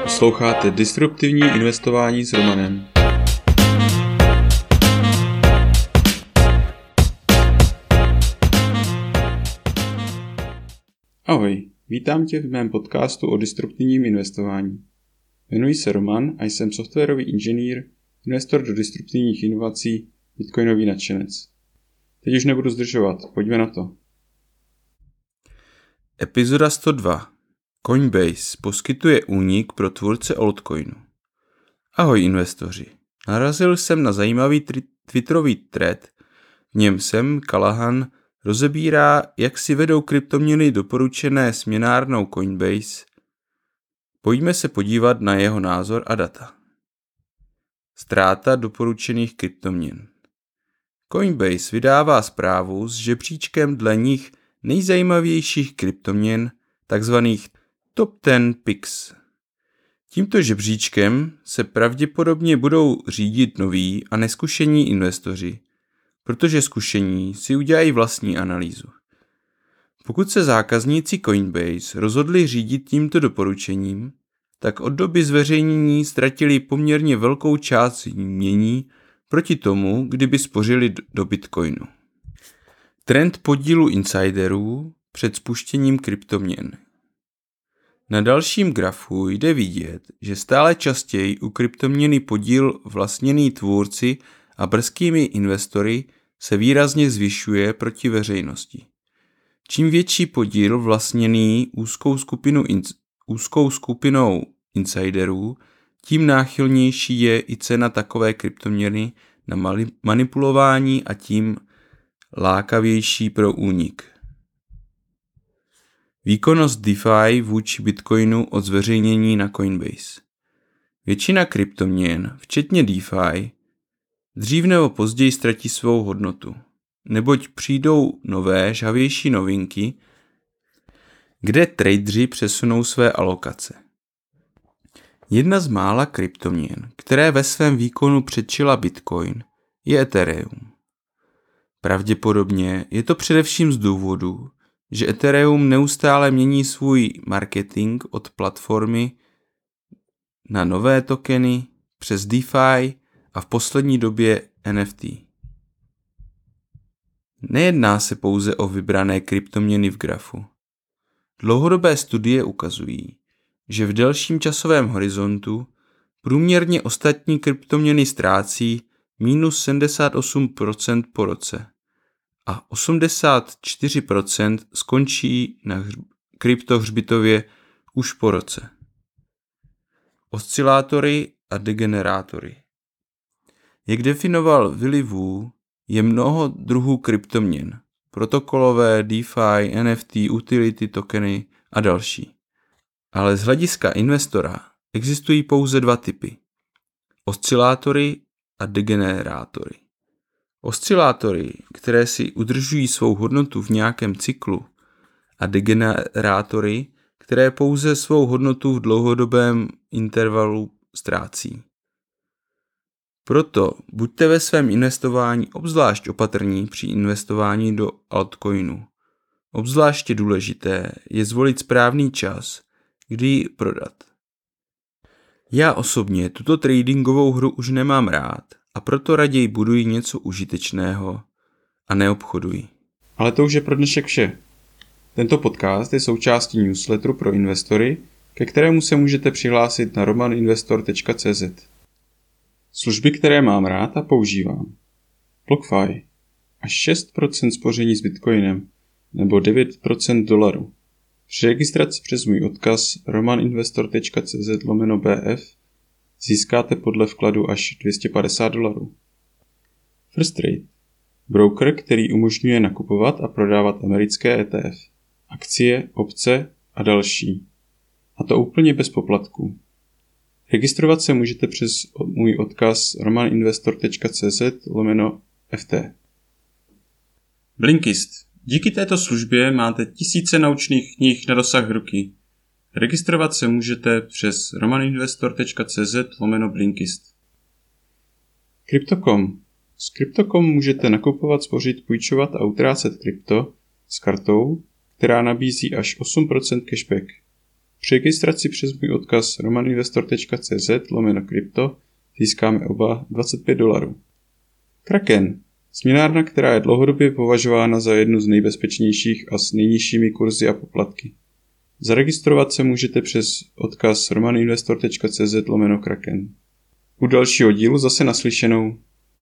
Posloucháte Disruptivní investování s Romanem. Ahoj, vítám tě v mém podcastu o disruptivním investování. Jmenuji se Roman a jsem softwarový inženýr, investor do disruptivních inovací, bitcoinový nadšenec. Teď už nebudu zdržovat, pojďme na to. Epizoda 102. Coinbase poskytuje únik pro tvůrce altcoinu. Ahoj investoři. Narazil jsem na zajímavý twitterový thread, v něm Sam Callahan rozebírá, jak si vedou kryptoměny doporučené směnárnou Coinbase. Pojďme se podívat na jeho názor a data. Ztráta doporučených kryptoměn. Coinbase vydává zprávu s žebříčkem dle nich nejzajímavějších kryptoměn, takzvaných Top 10 Picks. Tímto žebříčkem se pravděpodobně budou řídit noví a neskušení investoři, protože zkušení si udělají vlastní analýzu. Pokud se zákazníci Coinbase rozhodli řídit tímto doporučením, tak od doby zveřejnění ztratili poměrně velkou část jmění proti tomu, kdyby spořili do Bitcoinu. Trend podílu insiderů před spuštěním kryptoměn. Na dalším grafu jde vidět, že stále častěji u kryptoměny podíl vlastněný tvůrci a brzkými investory se výrazně zvyšuje proti veřejnosti. Čím větší podíl vlastněný úzkou skupinou insiderů, tím náchylnější je i cena takové kryptoměny na manipulování a tím lákavější pro únik. Výkonnost DeFi vůči Bitcoinu od zveřejnění na Coinbase. Většina kryptoměn, včetně DeFi, dřív nebo později ztratí svou hodnotu, neboť přijdou nové, žhavější novinky, kde tradeři přesunou své alokace. Jedna z mála kryptoměn, které ve svém výkonu předčila Bitcoin, je Ethereum. Pravděpodobně je to především z důvodu, že Ethereum neustále mění svůj marketing od platformy na nové tokeny přes DeFi a v poslední době NFT. Nejedná se pouze o vybrané kryptoměny v grafu. Dlouhodobé studie ukazují, že v delším časovém horizontu průměrně ostatní kryptoměny ztrácí minus 78% po roce a 84% skončí na kryptohřbitově už po roce. Oscilátory a degenerátory. Jak definoval Willy Woo, je mnoho druhů kryptoměn, protokolové, DeFi, NFT, utility tokeny a další. Ale z hlediska investora existují pouze dva typy. Oscilátory a degenerátory. Oscilátory, které si udržují svou hodnotu v nějakém cyklu, a degenerátory, které pouze svou hodnotu v dlouhodobém intervalu ztrácí. Proto buďte ve svém investování obzvlášť opatrní při investování do altcoinu. Obzvláště důležité je zvolit správný čas, kdy ji prodat. Já osobně tuto tradingovou hru už nemám rád a proto raději buduji něco užitečného a neobchoduji. Ale to už je pro dnešek vše. Tento podcast je součástí newsletteru pro investory, ke kterému se můžete přihlásit na romaninvestor.cz. Služby, které mám rád a používám. BlockFi. Až 6% spoření s Bitcoinem nebo 9% dolarů. Při registraci přes můj odkaz romaninvestor.cz/bf získáte podle vkladu až $250. First Trade. Broker, který umožňuje nakupovat a prodávat americké ETF, akcie, opce a další. A to úplně bez poplatků. Registrovat se můžete přes můj odkaz romaninvestor.cz/ft. Blinkist. Díky této službě máte tisíce naučných knih na dosah ruky. Registrovat se můžete přes romaninvestor.cz/blinkist. Crypto.com. S Crypto.com můžete nakupovat, spořit, půjčovat a utrácet krypto s kartou, která nabízí až 8% cashback. Při registraci přes můj odkaz romaninvestor.cz/krypto získáme oba $25. Kraken. Směnárna, která je dlouhodobě považována za jednu z nejbezpečnějších a s nejnižšími kurzy a poplatky. Zaregistrovat se můžete přes odkaz romaninvestor.cz/kraken. U dalšího dílu zase naslyšenou.